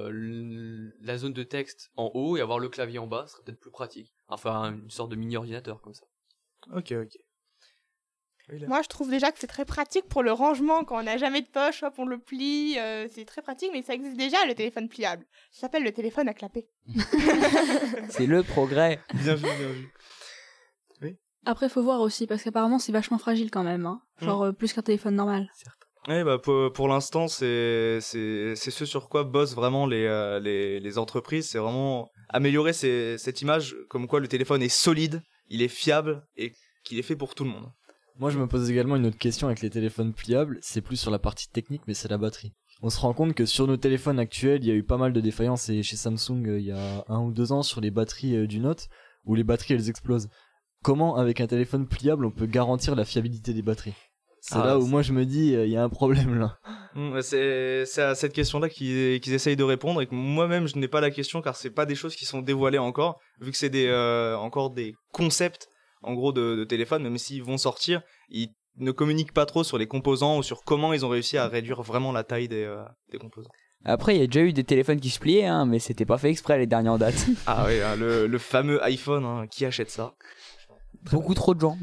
la zone de texte en haut et avoir le clavier en bas, ça serait peut-être plus pratique. Enfin, une sorte de mini-ordinateur comme ça. Ok. Moi, je trouve déjà que c'est très pratique pour le rangement. Quand on n'a jamais de poche, hop, on le plie. C'est très pratique, mais ça existe déjà, le téléphone pliable. Ça s'appelle le téléphone à clapper. C'est le progrès. Bien vu. Oui. Après, faut voir aussi, parce qu'apparemment, c'est vachement fragile quand même. Hein. Genre, plus qu'un téléphone normal. Oui, bah, pour l'instant, c'est ce sur quoi bossent vraiment les entreprises. C'est vraiment améliorer cette image, comme quoi le téléphone est solide, il est fiable et qu'il est fait pour tout le monde. Moi, je me pose également une autre question avec les téléphones pliables. C'est plus sur la partie technique, mais c'est la batterie. On se rend compte que sur nos téléphones actuels, il y a eu pas mal de défaillances, et chez Samsung, il y a 1 ou 2 ans, sur les batteries du Note, où les batteries, elles explosent. Comment, avec un téléphone pliable, on peut garantir la fiabilité des batteries ? C'est là où moi je me dis, il y a un problème là. C'est à cette question-là qu'ils essayent de répondre, et que moi-même je n'ai pas la question, car c'est pas des choses qui sont dévoilées encore, vu que c'est encore des concepts en gros de téléphone. Même s'ils vont sortir, ils ne communiquent pas trop sur les composants ou sur comment ils ont réussi à réduire vraiment la taille des composants. Après, il y a déjà eu des téléphones qui se pliaient, hein, mais c'était pas fait exprès les derniers en date. Ah oui, hein, le fameux iPhone, hein, qui achète ça ? Beaucoup trop de gens.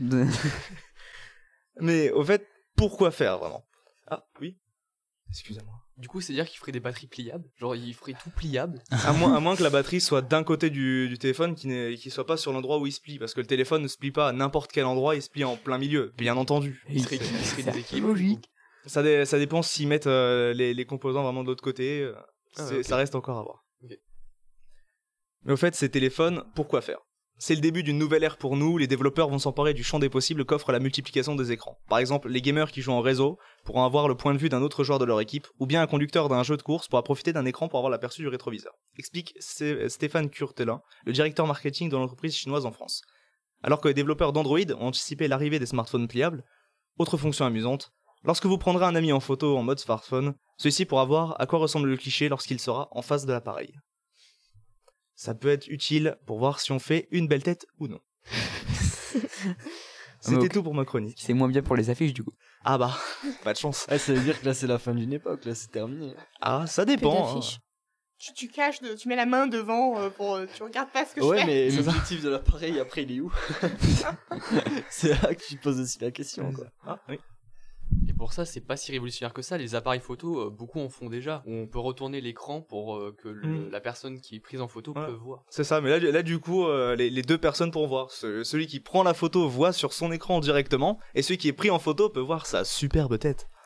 Mais au fait, pourquoi faire vraiment ? Ah oui, excusez-moi. Du coup, c'est-à-dire qu'il ferait des batteries pliables, genre il ferait tout pliable. À moins que la batterie soit d'un côté du téléphone, qui soit pas sur l'endroit où il se plie, parce que le téléphone ne se plie pas à n'importe quel endroit, il se plie en plein milieu, bien entendu. Il serait déséquilibré. Ça dépend s'ils mettent les composants vraiment de l'autre côté, okay. Ça reste encore à voir. Okay. Mais au fait, ces téléphones, pourquoi faire ? C'est le début d'une nouvelle ère pour nous, les développeurs vont s'emparer du champ des possibles qu'offre la multiplication des écrans. Par exemple, les gamers qui jouent en réseau pourront avoir le point de vue d'un autre joueur de leur équipe, ou bien un conducteur d'un jeu de course pourra profiter d'un écran pour avoir l'aperçu du rétroviseur. Explique Stéphane Kurtelin, le directeur marketing de l'entreprise chinoise en France. Alors que les développeurs d'Android ont anticipé l'arrivée des smartphones pliables, autre fonction amusante, lorsque vous prendrez un ami en photo en mode smartphone, celui-ci pourra voir à quoi ressemble le cliché lorsqu'il sera en face de l'appareil. Ça peut être utile pour voir si on fait une belle tête ou non. C'était tout pour ma chronique. C'est moins bien pour les affiches du coup. Ah bah, pas de chance. Ça veut dire que là c'est la fin d'une époque, là c'est terminé. Ah, ça dépend. Hein. Tu caches, tu mets la main devant tu regardes pas ce que je fais. Ouais, mais l'objectif de l'appareil après il est où ? C'est là que tu poses aussi la question. Quoi. Ah oui. Et pour ça, c'est pas si révolutionnaire que ça. Les appareils photo, beaucoup en font déjà. Où on peut retourner l'écran pour que la personne qui est prise en photo peut voir. C'est ça, mais là du coup, les deux personnes pourront voir. Celui qui prend la photo voit sur son écran directement, et celui qui est pris en photo peut voir sa superbe tête.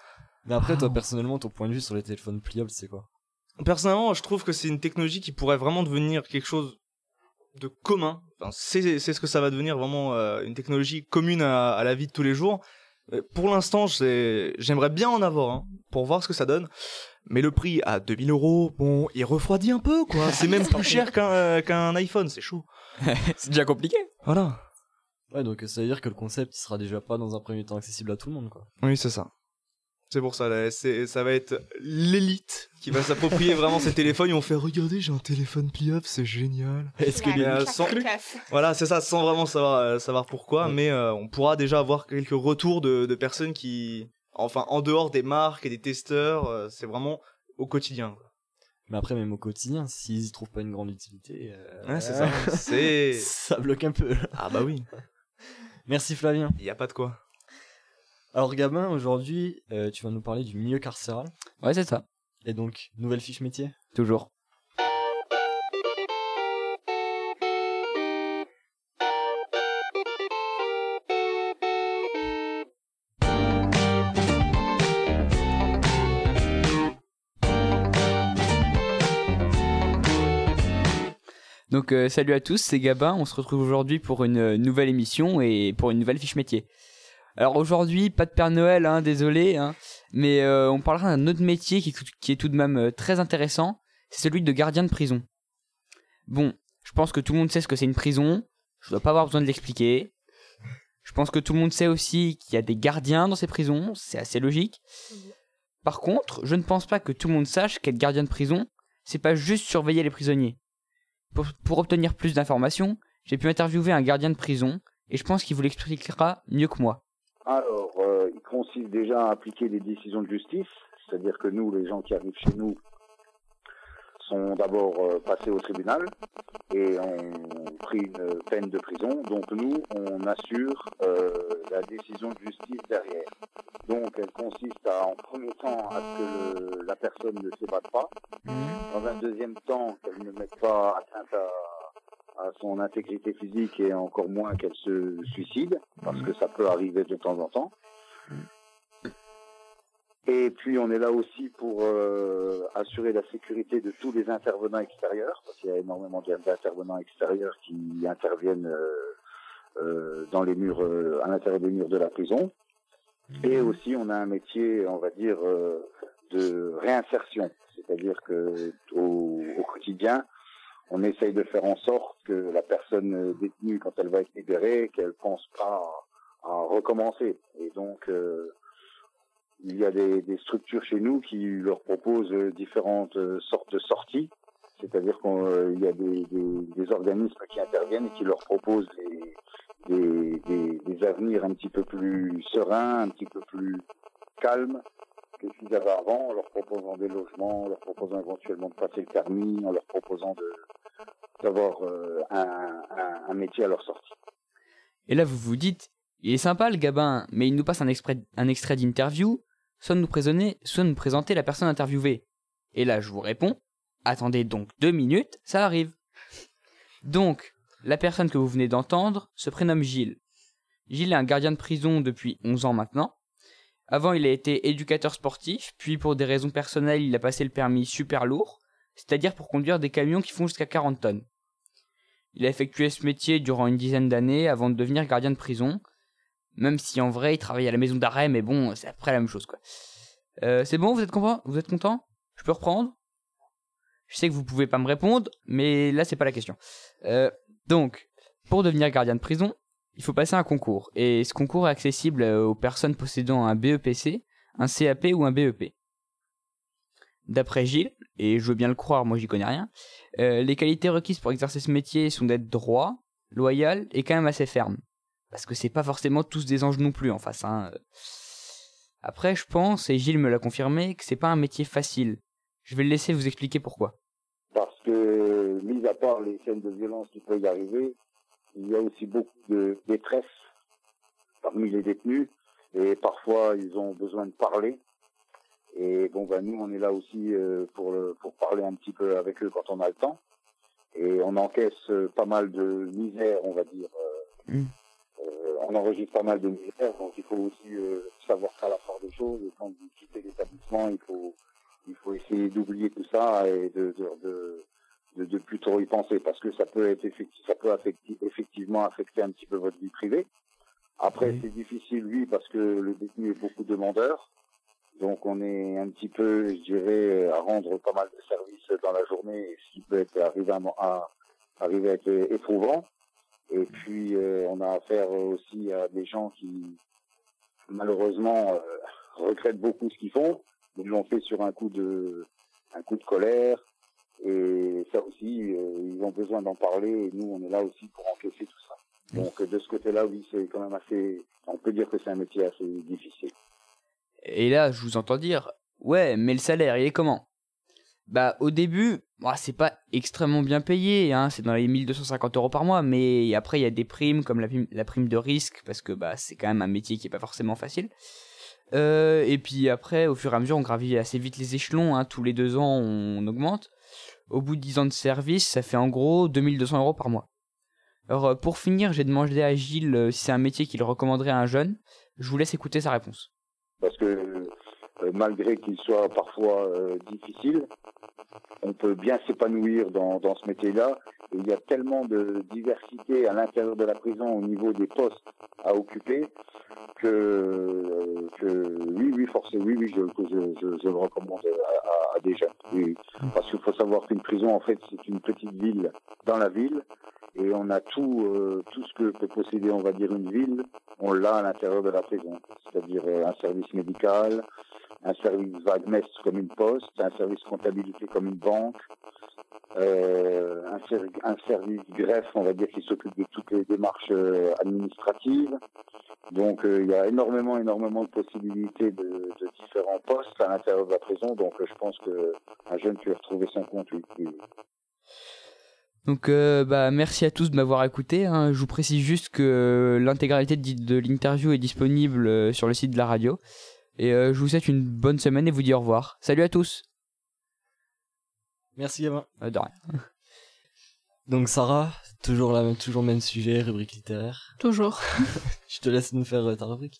Mais après, toi, personnellement, ton point de vue sur les téléphones pliables, c'est quoi? Personnellement, je trouve que c'est une technologie qui pourrait vraiment devenir quelque chose de commun. Enfin, c'est ce que ça va devenir, vraiment une technologie commune à la vie de tous les jours. Pour l'instant, j'aimerais bien en avoir un pour voir ce que ça donne. Mais le prix à 2000 €, bon, il refroidit un peu, quoi. C'est même plus cher qu'un iPhone, c'est chaud. C'est déjà compliqué. Voilà. Ouais, donc ça veut dire que le concept, il sera déjà pas dans un premier temps accessible à tout le monde, quoi. Oui, c'est ça. C'est pour ça, là, ça va être l'élite qui va s'approprier vraiment ces téléphones. Ils vont faire, regardez, j'ai un téléphone pliable, c'est génial. Est-ce que Voilà, c'est ça, sans vraiment savoir pourquoi, mais on pourra déjà avoir quelques retours de personnes qui, enfin, en dehors des marques et des testeurs, c'est vraiment au quotidien, quoi. Mais après, même au quotidien, s'ils y trouvent pas une grande utilité, ouais, c'est ça. C'est... ça bloque un peu. Ah bah oui. Merci Flavien. Y a pas de quoi. Alors Gabin, aujourd'hui, tu vas nous parler du milieu carcéral. Ouais, c'est ça. Et donc, nouvelle fiche métier? Toujours. Donc salut à tous, c'est Gabin, on se retrouve aujourd'hui pour une nouvelle émission et pour une nouvelle fiche métier. Alors aujourd'hui, pas de Père Noël, hein, désolé, hein, mais on parlera d'un autre métier qui est tout de même très intéressant, c'est celui de gardien de prison. Bon, je pense que tout le monde sait ce que c'est une prison, je dois pas avoir besoin de l'expliquer. Je pense que tout le monde sait aussi qu'il y a des gardiens dans ces prisons, c'est assez logique. Par contre, je ne pense pas que tout le monde sache qu'être gardien de prison, c'est pas juste surveiller les prisonniers. Pour obtenir plus d'informations, j'ai pu interviewer un gardien de prison et je pense qu'il vous l'expliquera mieux que moi. Alors, il consiste déjà à appliquer les décisions de justice, c'est-à-dire que nous, les gens qui arrivent chez nous, sont d'abord passés au tribunal et ont pris une peine de prison. Donc nous, on assure la décision de justice derrière. Donc elle consiste en premier temps à ce que la personne ne s'évade pas, dans un deuxième temps qu'elle ne mette pas atteinte à son intégrité physique et encore moins qu'elle se suicide, parce que ça peut arriver de temps en temps. Et puis on est là aussi pour assurer la sécurité de tous les intervenants extérieurs, parce qu'il y a énormément d'intervenants extérieurs qui interviennent dans les murs, à l'intérieur des murs de la prison. Et aussi on a un métier, on va dire, de réinsertion, c'est-à-dire que au quotidien, on essaye de faire en sorte que la personne détenue, quand elle va être libérée, qu'elle pense pas à recommencer. Et donc il y a des structures chez nous qui leur proposent différentes sortes de sorties, c'est-à-dire qu'il y a des organismes qui interviennent et qui leur proposent des avenirs un petit peu plus sereins, un petit peu plus calmes que ce qu'ils avaient avant, en leur proposant des logements, en leur proposant éventuellement de passer le permis, en leur proposant d'avoir un métier à leur sortie. Et là vous vous dites, il est sympa le Gabin, mais il nous passe un extrait d'interview, soit nous présenter la personne interviewée. Et là je vous réponds, attendez donc 2 minutes, ça arrive. Donc, la personne que vous venez d'entendre se prénomme Gilles. Gilles est un gardien de prison depuis 11 ans maintenant. Avant, il a été éducateur sportif, puis pour des raisons personnelles, il a passé le permis super lourd, c'est-à-dire pour conduire des camions qui font jusqu'à 40 tonnes. Il a effectué ce métier durant une dizaine d'années avant de devenir gardien de prison, même si en vrai, il travaille à la maison d'arrêt, mais bon, c'est après la même chose, quoi. C'est bon, vous êtes content? Je peux reprendre? Je sais que vous pouvez pas me répondre, mais là, c'est pas la question. Donc, pour devenir gardien de prison, il faut passer un concours. Et ce concours est accessible aux personnes possédant un BEPC, un CAP ou un BEP. D'après Gilles, et je veux bien le croire, moi j'y connais rien, les qualités requises pour exercer ce métier sont d'être droit, loyal et quand même assez ferme. Parce que c'est pas forcément tous des anges non plus en face, hein. Après, je pense, et Gilles me l'a confirmé, que c'est pas un métier facile. Je vais le laisser vous expliquer pourquoi. Parce que, mis à part les scènes de violence qui peuvent y arriver, il y a aussi beaucoup de détresse parmi les détenus, et parfois ils ont besoin de parler. Et bon, nous on est là aussi pour parler un petit peu avec eux quand on a le temps. Et on encaisse pas mal de misère, on va dire, on enregistre pas mal de militaires, donc il faut aussi savoir faire la part des choses. Et quand vous quittez l'établissement, il faut essayer d'oublier tout ça et de plus trop y penser, parce que ça peut effectivement affecter un petit peu votre vie privée. Après, c'est difficile, oui, parce que le détenu est beaucoup demandeur. Donc, on est un petit peu, je dirais, à rendre pas mal de services dans la journée, ce qui peut arriver à être éprouvant. Et puis, on a affaire aussi à des gens qui, malheureusement, regrettent beaucoup ce qu'ils font. Ils l'ont fait sur un coup de colère. Et ça aussi, ils ont besoin d'en parler. Et nous, on est là aussi pour encaisser tout ça. Donc, de ce côté-là, oui, c'est quand même on peut dire que c'est un métier assez difficile. Et là, je vous entends dire, ouais, mais le salaire, il est comment? Bah, au début, c'est pas extrêmement bien payé, hein, c'est dans les 1250 € par mois, mais après, il y a des primes, comme la prime de risque, parce que c'est quand même un métier qui est pas forcément facile. Et puis après, au fur et à mesure, on gravit assez vite les échelons, hein, tous les 2 ans, on augmente. Au bout de 10 ans de service, ça fait en gros 2200 € par mois. Alors, pour finir, j'ai demandé à Gilles si c'est un métier qu'il recommanderait à un jeune. Je vous laisse écouter sa réponse. Parce que malgré qu'il soit parfois difficile, on peut bien s'épanouir dans ce métier-là. Et il y a tellement de diversité à l'intérieur de la prison au niveau des postes à occuper que oui, forcément, je le recommande à des jeunes. Oui. Parce qu'il faut savoir qu'une prison, en fait, c'est une petite ville dans la ville. Et on a tout ce que peut posséder, on va dire, une ville, on l'a à l'intérieur de la prison. C'est-à-dire un service médical, un service vague-mestre comme une poste, un service comptabilité comme une banque, un service greffe, on va dire, qui s'occupe de toutes les démarches administratives. Donc il y a énormément de possibilités de différents postes à l'intérieur de la prison. Donc je pense qu'un jeune peut retrouver son compte. Oui. Donc merci à tous de m'avoir écouté, hein. Je vous précise juste que l'intégralité de l'interview est disponible sur le site de la radio. Et je vous souhaite une bonne semaine et vous dis au revoir. Salut à tous. Merci Gavin. De rien. Donc Sarah, toujours le même sujet, rubrique littéraire. Toujours. Je te laisse nous faire ta rubrique.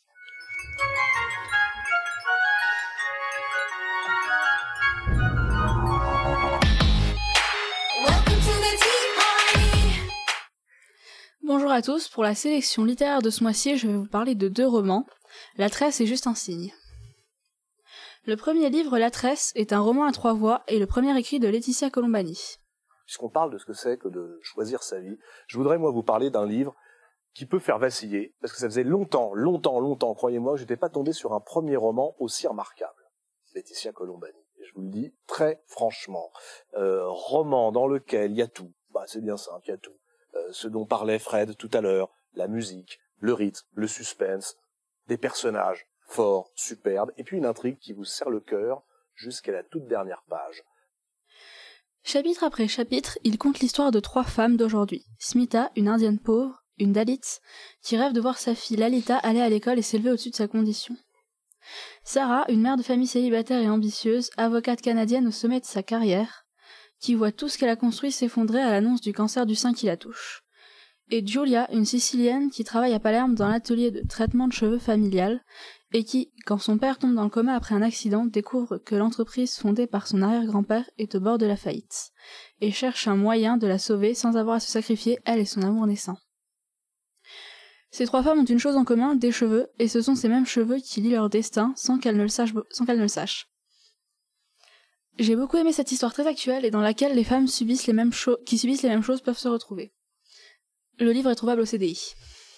Bonjour à tous, pour la sélection littéraire de ce mois-ci, je vais vous parler de 2 romans, La Tresse et Juste un signe. Le premier livre, La Tresse, est un roman à 3 voix et le premier écrit de Laetitia Colombani. Puisqu'on parle de ce que c'est que de choisir sa vie, je voudrais moi vous parler d'un livre qui peut faire vaciller, parce que ça faisait longtemps, croyez-moi, j'étais pas tombé sur un premier roman aussi remarquable. Laetitia Colombani. Et je vous le dis très franchement. Roman dans lequel il y a tout. C'est bien simple, il y a tout. Ce dont parlait Fred tout à l'heure, la musique, le rythme, le suspense, des personnages forts, superbes, et puis une intrigue qui vous serre le cœur jusqu'à la toute dernière page. Chapitre après chapitre, il conte l'histoire de 3 femmes d'aujourd'hui. Smita, une indienne pauvre, une Dalit, qui rêve de voir sa fille Lalita aller à l'école et s'élever au-dessus de sa condition. Sarah, une mère de famille célibataire et ambitieuse, avocate canadienne au sommet de sa carrière, qui voit tout ce qu'elle a construit s'effondrer à l'annonce du cancer du sein qui la touche. Et Giulia, une Sicilienne qui travaille à Palerme dans l'atelier de traitement de cheveux familial, et qui, quand son père tombe dans le coma après un accident, découvre que l'entreprise fondée par son arrière-grand-père est au bord de la faillite, et cherche un moyen de la sauver sans avoir à se sacrifier, elle et son amour naissant. Ces 3 femmes ont une chose en commun, des cheveux, et ce sont ces mêmes cheveux qui lient leur destin sans qu'elles ne le sachent. J'ai beaucoup aimé cette histoire très actuelle et dans laquelle les femmes qui subissent les mêmes choses peuvent se retrouver. Le livre est trouvable au CDI.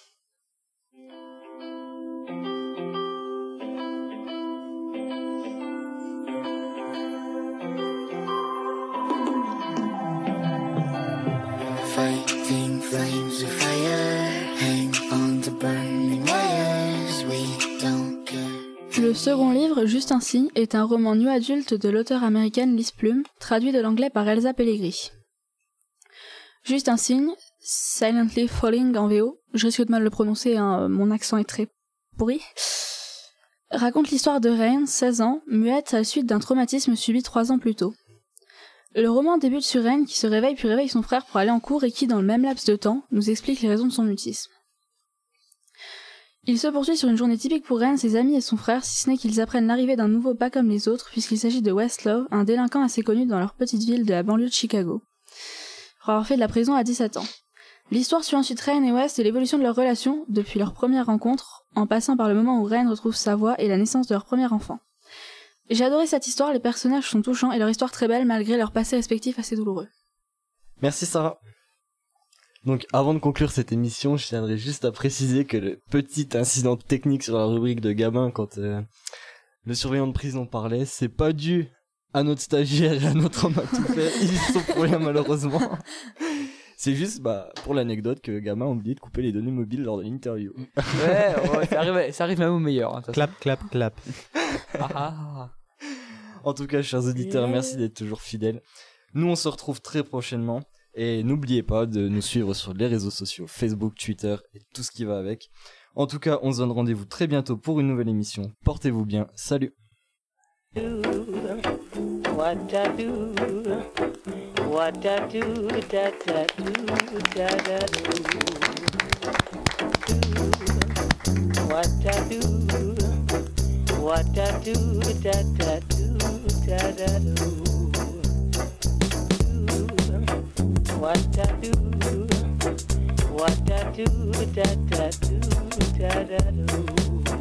Fighting flames of fire, hang on the burning wires, we don't care. Le second livre, Juste un signe, est un roman new adulte de l'auteure américaine Liz Plum, traduit de l'anglais par Elsa Pellegri. Juste un signe, Silently Falling en VO, je risque de mal le prononcer, hein, mon accent est très pourri, raconte l'histoire de Rain, 16 ans, muette à la suite d'un traumatisme subi 3 ans plus tôt. Le roman débute sur Rain qui se réveille puis réveille son frère pour aller en cours et qui, dans le même laps de temps, nous explique les raisons de son mutisme. Il se poursuit sur une journée typique pour Ren, ses amis et son frère, si ce n'est qu'ils apprennent l'arrivée d'un nouveau pas comme les autres, puisqu'il s'agit de Westlaw, un délinquant assez connu dans leur petite ville de la banlieue de Chicago, pour avoir fait de la prison à 17 ans. L'histoire suit ensuite Ren et West et l'évolution de leur relation, depuis leur première rencontre, en passant par le moment où Ren retrouve sa voix et la naissance de leur premier enfant. J'ai adoré cette histoire, les personnages sont touchants et leur histoire très belle malgré leur passé respectif assez douloureux. Merci Sarah. Donc avant de conclure cette émission, je tiendrais juste à préciser que le petit incident technique sur la rubrique de Gabin quand le surveillant de prison parlait, c'est pas dû à notre stagiaire et à notre homme à tout faire, ils y sont pour rien malheureusement. C'est juste pour l'anecdote que Gabin a oublié de couper les données mobiles lors de l'interview. Ouais, ça arrive même au meilleur. Hein, clap. En tout cas, chers auditeurs, merci d'être toujours fidèles. Nous, on se retrouve très prochainement. Et n'oubliez pas de nous suivre sur les réseaux sociaux, Facebook, Twitter et tout ce qui va avec. En tout cas, on se donne rendez-vous très bientôt pour une nouvelle émission. Portez-vous bien, salut. What I do, what I do, da da do, da da do.